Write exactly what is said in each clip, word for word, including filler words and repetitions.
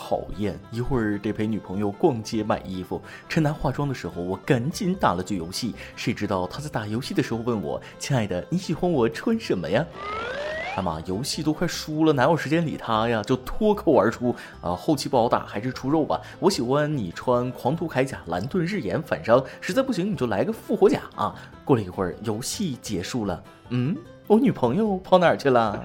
讨厌，一会儿得陪女朋友逛街买衣服，趁她化妆的时候，我赶紧打了局游戏，谁知道她在打游戏的时候问我，亲爱的，你喜欢我穿什么呀？他妈，游戏都快输了，哪有时间理他呀？就脱口而出啊，后期不好打，还是出肉吧。我喜欢你穿狂徒铠甲、蓝盾日炎反伤，实在不行你就来个复活甲啊。过了一会儿，游戏结束了，嗯，我女朋友跑哪儿去了？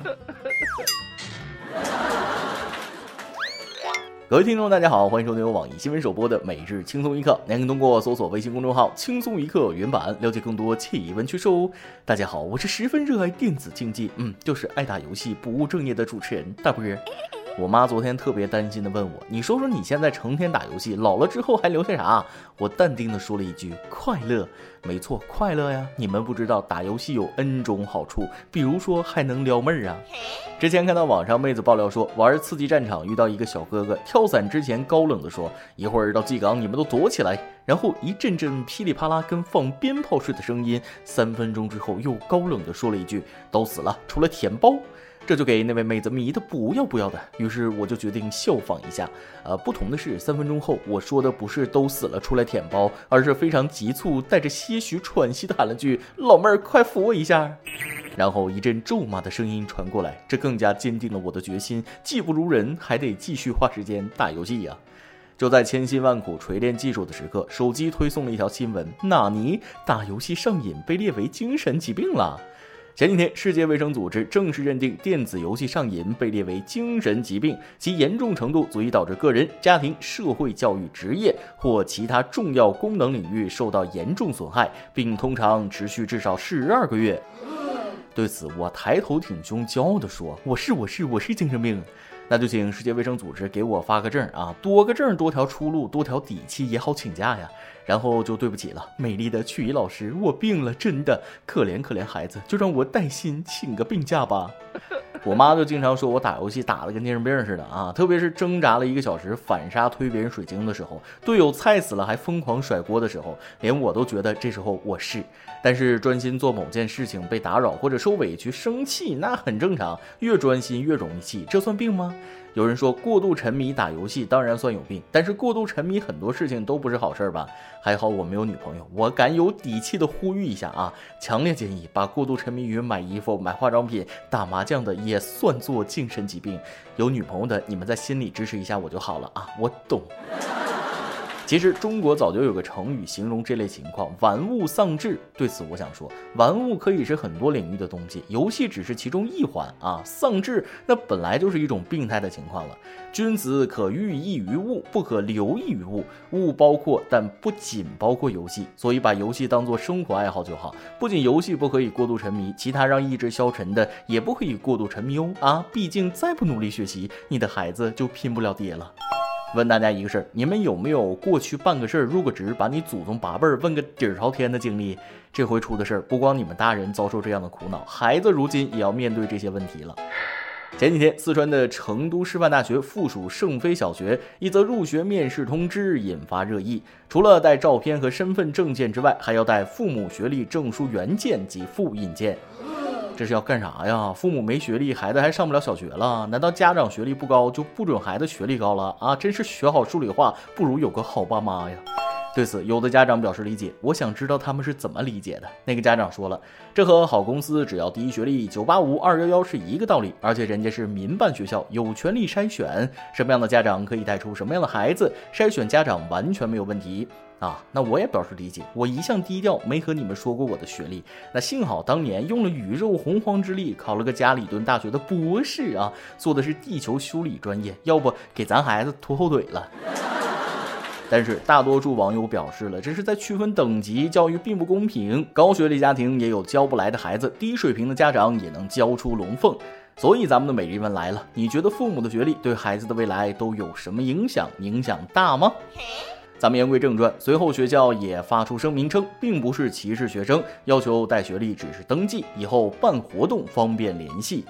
各位听众大家好，欢迎收听由网易新闻首播的每日轻松一刻，您可以通过搜索微信公众号轻松一刻原版了解更多气温趋势哦。大家好，我是十分热爱电子竞技，嗯，就是爱打游戏不务正业的主持人大波。我妈昨天特别担心的问我，你说说你现在成天打游戏，老了之后还留下啥？我淡定的说了一句，快乐。没错，快乐呀！你们不知道打游戏有 N 种好处，比如说还能撩妹儿啊。之前看到网上妹子爆料说，玩刺激战场遇到一个小哥哥，跳伞之前高冷的说，一会儿到G岗你们都躲起来，然后一阵阵噼里啪啦跟放鞭炮似的声音，三分钟之后又高冷的说了一句，都死了，除了舔包。这就给那位妹子迷的不要不要的，于是我就决定效仿一下。呃，不同的是，三分钟后我说的不是都死了出来舔包，而是非常急促，带着些许喘息的喊了句：“老妹儿，快扶我一下！”然后一阵咒骂的声音传过来，这更加坚定了我的决心，技不如人，还得继续花时间打游戏呀。就在千辛万苦锤炼技术的时刻，手机推送了一条新闻：纳尼？打游戏上瘾被列为精神疾病了。前几天，世界卫生组织正式认定电子游戏上瘾被列为精神疾病，其严重程度足以导致个人、家庭、社会、教育、职业或其他重要功能领域受到严重损害，并通常持续至少十二个月。对此，我抬头挺胸，骄傲地说：“我是我是我是精神病。”那就请世界卫生组织给我发个证啊，多个证多条出路，多条底气也好请假呀。然后就对不起了，美丽的曲艺老师，我病了，真的可怜可怜孩子，就让我带薪请个病假吧。我妈就经常说我打游戏打得跟精神病似的啊，特别是挣扎了一个小时反杀推别人水晶的时候，队友菜死了还疯狂甩锅的时候，连我都觉得这时候我是。但是专心做某件事情被打扰或者受委屈生气那很正常，越专心越容易气，这算病吗？有人说过度沉迷打游戏当然算有病，但是过度沉迷很多事情都不是好事吧？还好我没有女朋友，我敢有底气的呼吁一下啊，强烈建议把过度沉迷于买衣服、买化妆品、打麻将的也算作精神疾病。有女朋友的你们在心里支持一下我就好了啊，我懂。其实中国早就有个成语形容这类情况，玩物丧志。对此我想说，玩物可以是很多领域的东西，游戏只是其中一环啊。丧志那本来就是一种病态的情况了。君子可寓意于物，不可流溢于物。物包括但不仅包括游戏，所以把游戏当作生活爱好就好。不仅游戏不可以过度沉迷，其他让意志消沉的也不可以过度沉迷哦啊！毕竟再不努力学习，你的孩子就拼不了爹了。问大家一个事儿，你们有没有过去办个事儿入个职，把你祖宗八辈儿问个底儿朝天的经历？这回出的事儿，不光你们大人遭受这样的苦恼，孩子如今也要面对这些问题了。前几天，四川的成都师范大学附属圣菲小学一则入学面试通知引发热议，除了带照片和身份证件之外，还要带父母学历证书原件及复印件。这是要干啥呀？父母没学历，孩子还上不了小学了？难道家长学历不高就不准孩子学历高了啊？真是学好数理化不如有个好爸妈呀！对此，有的家长表示理解，我想知道他们是怎么理解的。那个家长说了，这和好公司只要第一学历九八五二一一是一个道理，而且人家是民办学校，有权利筛选什么样的家长可以带出什么样的孩子，筛选家长完全没有问题啊。那我也表示理解，我一向低调，没和你们说过我的学历。那幸好当年用了宇宙洪荒之力考了个加里敦大学的博士啊，做的是地球修理专业，要不给咱孩子拖后腿了。但是大多数网友表示了，这是在区分等级，教育并不公平，高学历家庭也有教不来的孩子，低水平的家长也能教出龙凤。所以咱们的每日一问来了，你觉得父母的学历对孩子的未来都有什么影响？影响大吗？咱们言归正传，随后学校也发出声明称，并不是歧视学生，要求带学历只是登记，以后办活动方便联系。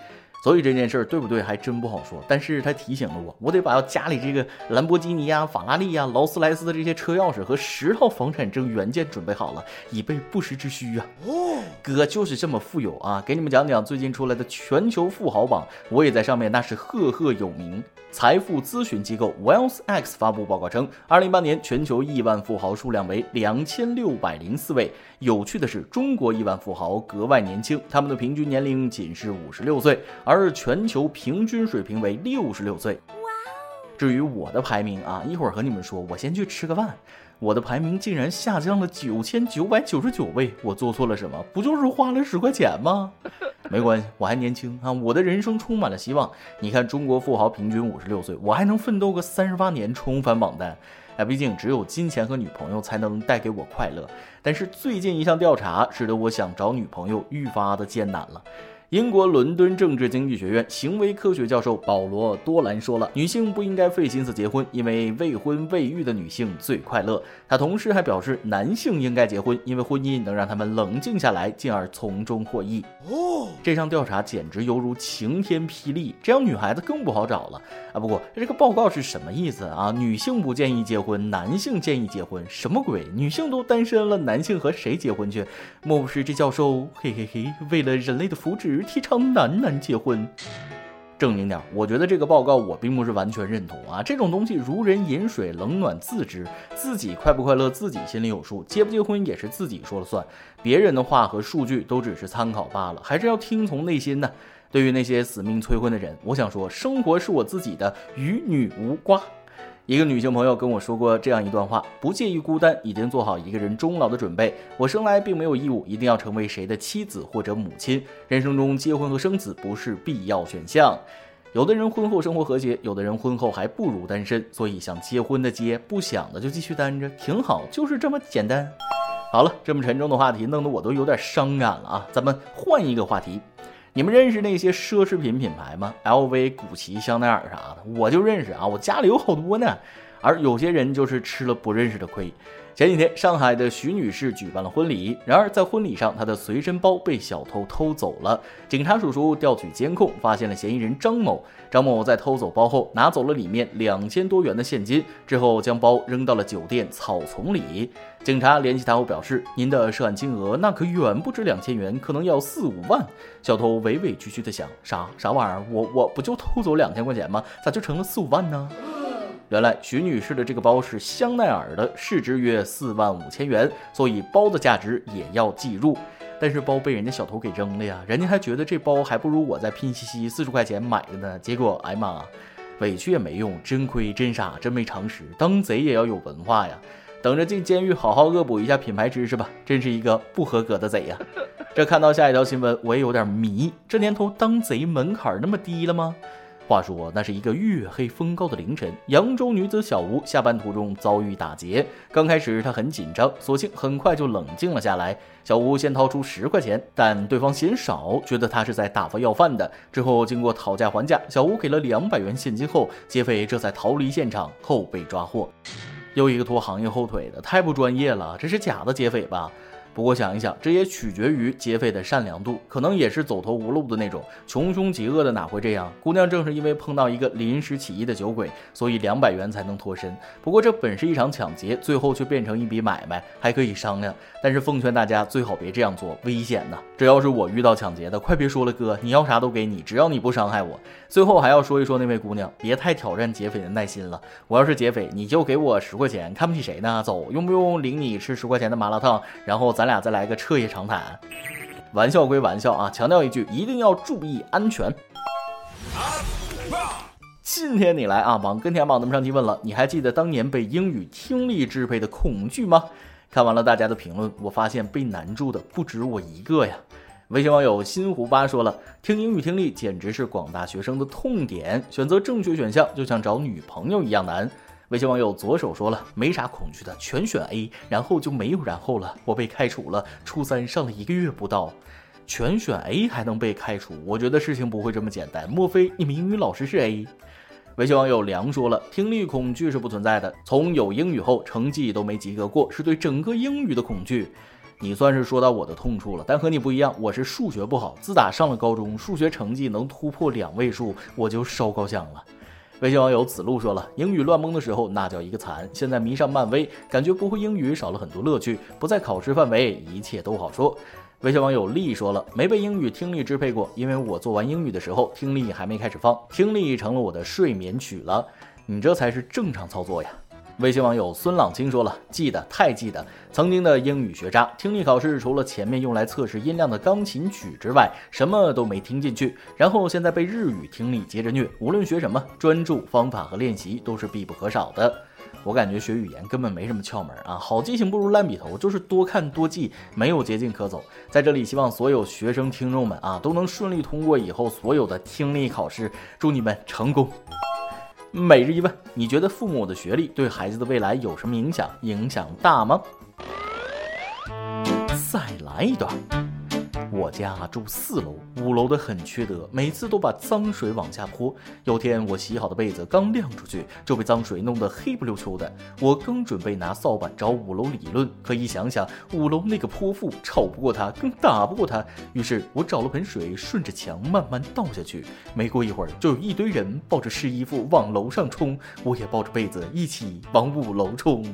所以这件事儿对不对还真不好说，但是他提醒了我，我得把家里这个兰博基尼呀、法拉利呀、劳斯莱斯的这些车钥匙和十套房产证原件准备好了，以备不时之需啊。哥就是这么富有啊！给你们讲讲最近出来的全球富豪榜，我也在上面，那是赫赫有名。财富咨询机构 WealthX 发布报告称，二零一八年全球亿万富豪数量为两千六百零四位。有趣的是，中国亿万富豪格外年轻，他们的平均年龄仅是五十六岁，而全球平均水平为六十六岁。至于我的排名啊，一会儿和你们说，我先去吃个饭。我的排名竟然下降了九千九百九十九位，我做错了什么？不就是花了十块钱吗？没关系，我还年轻啊，我的人生充满了希望。你看中国富豪平均五十六岁，我还能奋斗个三十八年重返榜单。哎，毕竟只有金钱和女朋友才能带给我快乐。但是最近一项调查使得我想找女朋友愈发的艰难了。英国伦敦政治经济学院行为科学教授保罗·多兰说了，女性不应该费心思结婚，因为未婚未育的女性最快乐。他同时还表示，男性应该结婚，因为婚姻能让他们冷静下来，进而从中获益。哦，这项调查简直犹如晴天霹雳，这样女孩子更不好找了啊！不过这个报告是什么意思啊？女性不建议结婚，男性建议结婚，什么鬼？女性都单身了，男性和谁结婚去？莫不是这教授嘿嘿嘿，为了人类的福祉提倡男男结婚？正经点，我觉得这个报告我并不是完全认同啊。这种东西如人饮水，冷暖自知，自己快不快乐自己心里有数，结不结婚也是自己说了算，别人的话和数据都只是参考罢了，还是要听从内心呢。对于那些死命催婚的人，我想说，生活是我自己的，与女无瓜。一个女性朋友跟我说过这样一段话：不介意孤单，已经做好一个人终老的准备。我生来并没有义务一定要成为谁的妻子或者母亲，人生中结婚和生子不是必要选项。有的人婚后生活和谐，有的人婚后还不如单身，所以想结婚的结，不想的就继续单着，挺好，就是这么简单。好了，这么沉重的话题弄得我都有点伤感了啊！咱们换一个话题。你们认识那些奢侈品品牌吗？ L V、古奇、香奈儿啥的，我就认识啊，我家里有好多呢。而有些人就是吃了不认识的亏。前几天，上海的徐女士举办了婚礼，然而在婚礼上，她的随身包被小偷偷走了。警察叔叔调取监控，发现了嫌疑人张某。张某在偷走包后，拿走了里面两千多元的现金，之后将包扔到了酒店草丛里。警察联系他后表示，您的涉案金额那可远不止两千元，可能要四五万。小偷委委屈屈的想，啥啥玩意儿？我我不就偷走两千块钱吗？咋就成了四五万呢？原来徐女士的这个包是香奈儿的，市值约四万五千元，所以包的价值也要计入。但是包被人家小偷给扔了呀，人家还觉得这包还不如我在拼夕夕四十块钱买的呢。结果，哎妈，委屈也没用，真亏真傻真没常识，当贼也要有文化呀。等着进监狱好好恶补一下品牌知识吧，真是一个不合格的贼呀。这看到下一条新闻，我也有点迷，这年头当贼门槛那么低了吗？话说，那是一个月黑风高的凌晨，扬州女子小吴下班途中遭遇打劫。刚开始她很紧张，所幸很快就冷静了下来。小吴先掏出十块钱，但对方嫌少，觉得他是在打发要饭的。之后经过讨价还价，小吴给了两百元现金后，劫匪这才逃离现场，后被抓获。又一个拖行业后腿的，太不专业了，这是假的劫匪吧？不过想一想，这也取决于劫匪的善良度，可能也是走投无路的那种，穷凶极恶的哪会这样？姑娘正是因为碰到一个临时起意的酒鬼，所以两百元才能脱身。不过这本是一场抢劫，最后却变成一笔买卖，还可以商量。但是奉劝大家最好别这样做，危险呐！这要是我遇到抢劫的，快别说了哥，你要啥都给你，只要你不伤害我。最后还要说一说那位姑娘，别太挑战劫匪的耐心了。我要是劫匪，你就给我十块钱，看不起谁呢？走，用不用领你吃十块钱的麻辣烫？然后咱俩再来个彻夜长谈。玩笑归玩笑啊，强调一句，一定要注意安全。今天你来啊，榜跟帖榜咱们上提问了，你还记得当年被英语听力支配的恐惧吗？看完了大家的评论，我发现被难住的不止我一个呀。微信网友新胡巴说了，听英语听力简直是广大学生的痛点，选择正确选项就像找女朋友一样难。微信网友左手说了，没啥恐惧的，全选 A， 然后就没有然后了，我被开除了，初三上了一个月不到。全选 A 还能被开除，我觉得事情不会这么简单，莫非你们英语老师是 A？ 微信网友梁说了，听力恐惧是不存在的，从有英语后成绩都没及格过，是对整个英语的恐惧。 你算是说到我的痛处了，但和你不一样，我是数学不好，自打上了高中，数学成绩能突破两位数，我就烧高香了。微信网友子路说了，英语乱蒙的时候那叫一个惨，现在迷上漫威，感觉不会英语少了很多乐趣，不在考试范围，一切都好说。微信网友丽说了，没被英语听力支配过，因为我做完英语的时候听力还没开始放，听力成了我的睡眠曲了，你这才是正常操作呀。微信网友孙朗清说了，记得太记得，曾经的英语学渣，听力考试除了前面用来测试音量的钢琴曲之外，什么都没听进去，然后现在被日语听力接着虐，无论学什么，专注、方法和练习都是必不可少的。我感觉学语言根本没什么窍门啊，好记性不如烂笔头，就是多看多记，没有捷径可走。在这里希望所有学生听众们啊，都能顺利通过以后所有的听力考试，祝你们成功。每日一问，你觉得父母的学历对孩子的未来有什么影响？影响大吗？再来一段。我家住四楼，五楼的很缺德，每次都把脏水往下泼。有天我洗好的被子刚晾出去，就被脏水弄得黑不溜秋的。我刚准备拿扫把找五楼理论，可一想想五楼那个泼妇吵不过他，更打不过他，于是我找了盆水，顺着墙慢慢倒下去。没过一会儿，就有一堆人抱着湿衣服往楼上冲，我也抱着被子一起往五楼冲。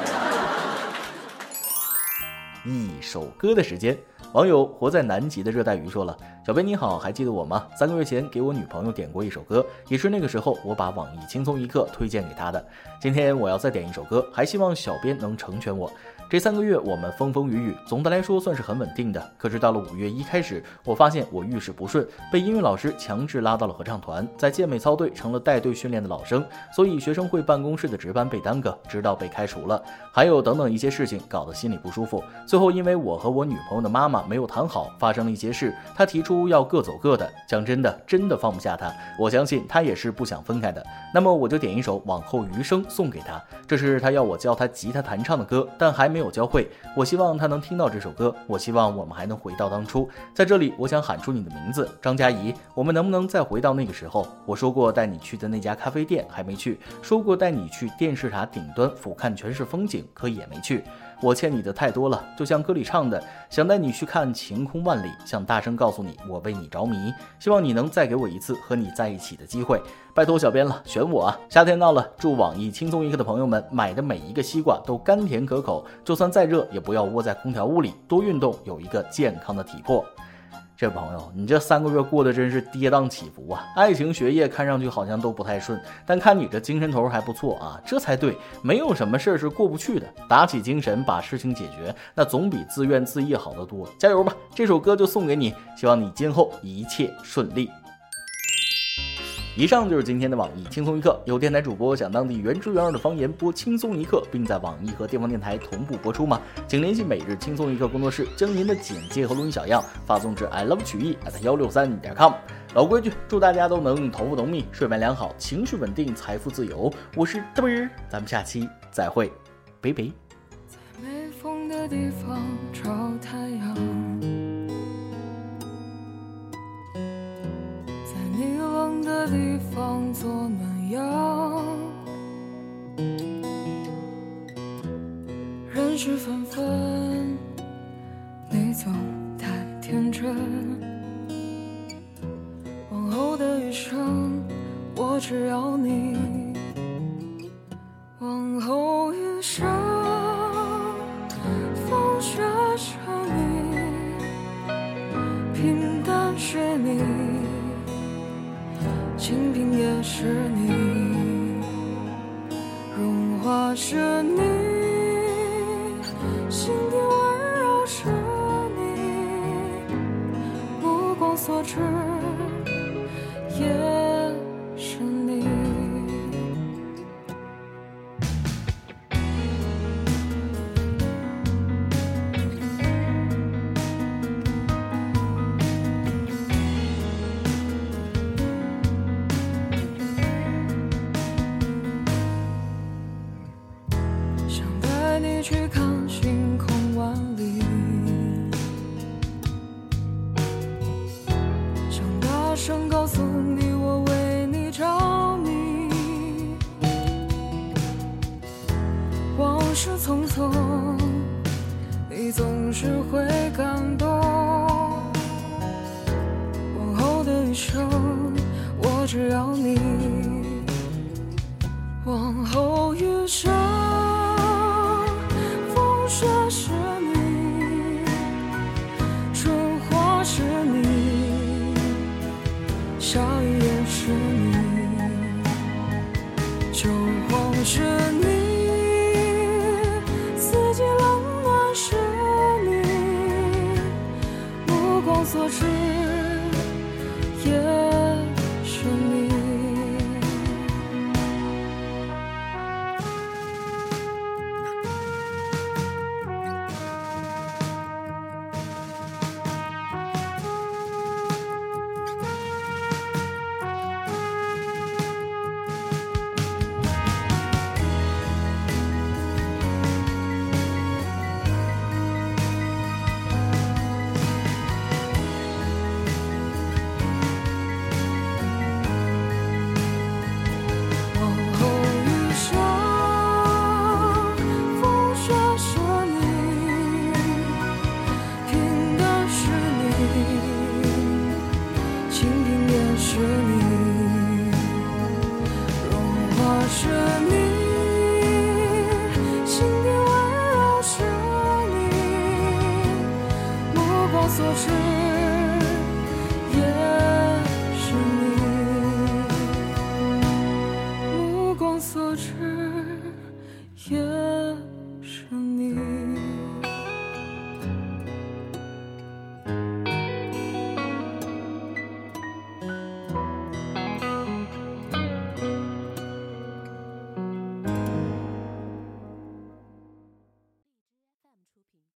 一首歌的时间，网友活在南极的热带鱼说了，小编你好，还记得我吗？三个月前给我女朋友点过一首歌，也是那个时候我把网易轻松一刻推荐给她的。今天我要再点一首歌，还希望小编能成全我。这三个月我们风风雨雨，总的来说算是很稳定的。可是到了五月一开始，我发现我遇事不顺，被音乐老师强制拉到了合唱团，在健美操队成了带队训练的老生，所以学生会办公室的值班被耽搁，直到被开除了。还有等等一些事情，搞得心里不舒服。最后因为我和我女朋友的妈妈没有谈好，发生了一些事，她提出要各走各的。讲真的，真的放不下她，我相信她也是不想分开的。那么我就点一首《往后余生》送给她，这是她要我教她吉他弹唱的歌，但还没有教会。我希望她能听到这首歌，我希望我们还能回到当初。在这里我想喊出你的名字，张嘉怡，我们能不能再回到那个时候？我说过带你去的那家咖啡店还没去，说过带你去电视塔顶端俯瞰全是风景，可也没去。我欠你的太多了，就像歌里唱的，想带你去看晴空万里，想大声告诉你我为你着迷，希望你能再给我一次和你在一起的机会，拜托小编了，选我啊！夏天到了，祝网易轻松一刻的朋友们买的每一个西瓜都甘甜可口，就算再热也不要窝在空调屋里，多运动，有一个健康的体魄。这朋友，你这三个月过得真是跌宕起伏啊！爱情学业看上去好像都不太顺，但看你这精神头还不错啊，这才对，没有什么事是过不去的，打起精神把事情解决，那总比自怨自艾好得多。加油吧，这首歌就送给你，希望你今后一切顺利。以上就是今天的网易轻松一刻，有电台主播想当地原汁原味的方言播轻松一刻，并在网易和地方电台同步播出吗？请联系每日轻松一刻工作室，将您的简介和录音小样发送至 i love 曲艺 at 一六三点 com。老规矩，祝大家都能头发浓密，睡眠良好，情绪稳定，财富自由。我是嘚啵儿，咱们下期再会，拜拜。 在没风的地方找太阳，你冷的地方做暖阳，人事纷纷，你总太天真。往后的余生，我只要你。往后余生，风雪是你，平淡是你。清贫也是你，融化是你，心底温柔是你，目光所至也是你。去看星空万里，想大声告诉你我为你着迷。往事匆匆，你总是会酒荒是你，四季冷暖是你，目光所至也是你。是你，心底温柔是你，目光所至。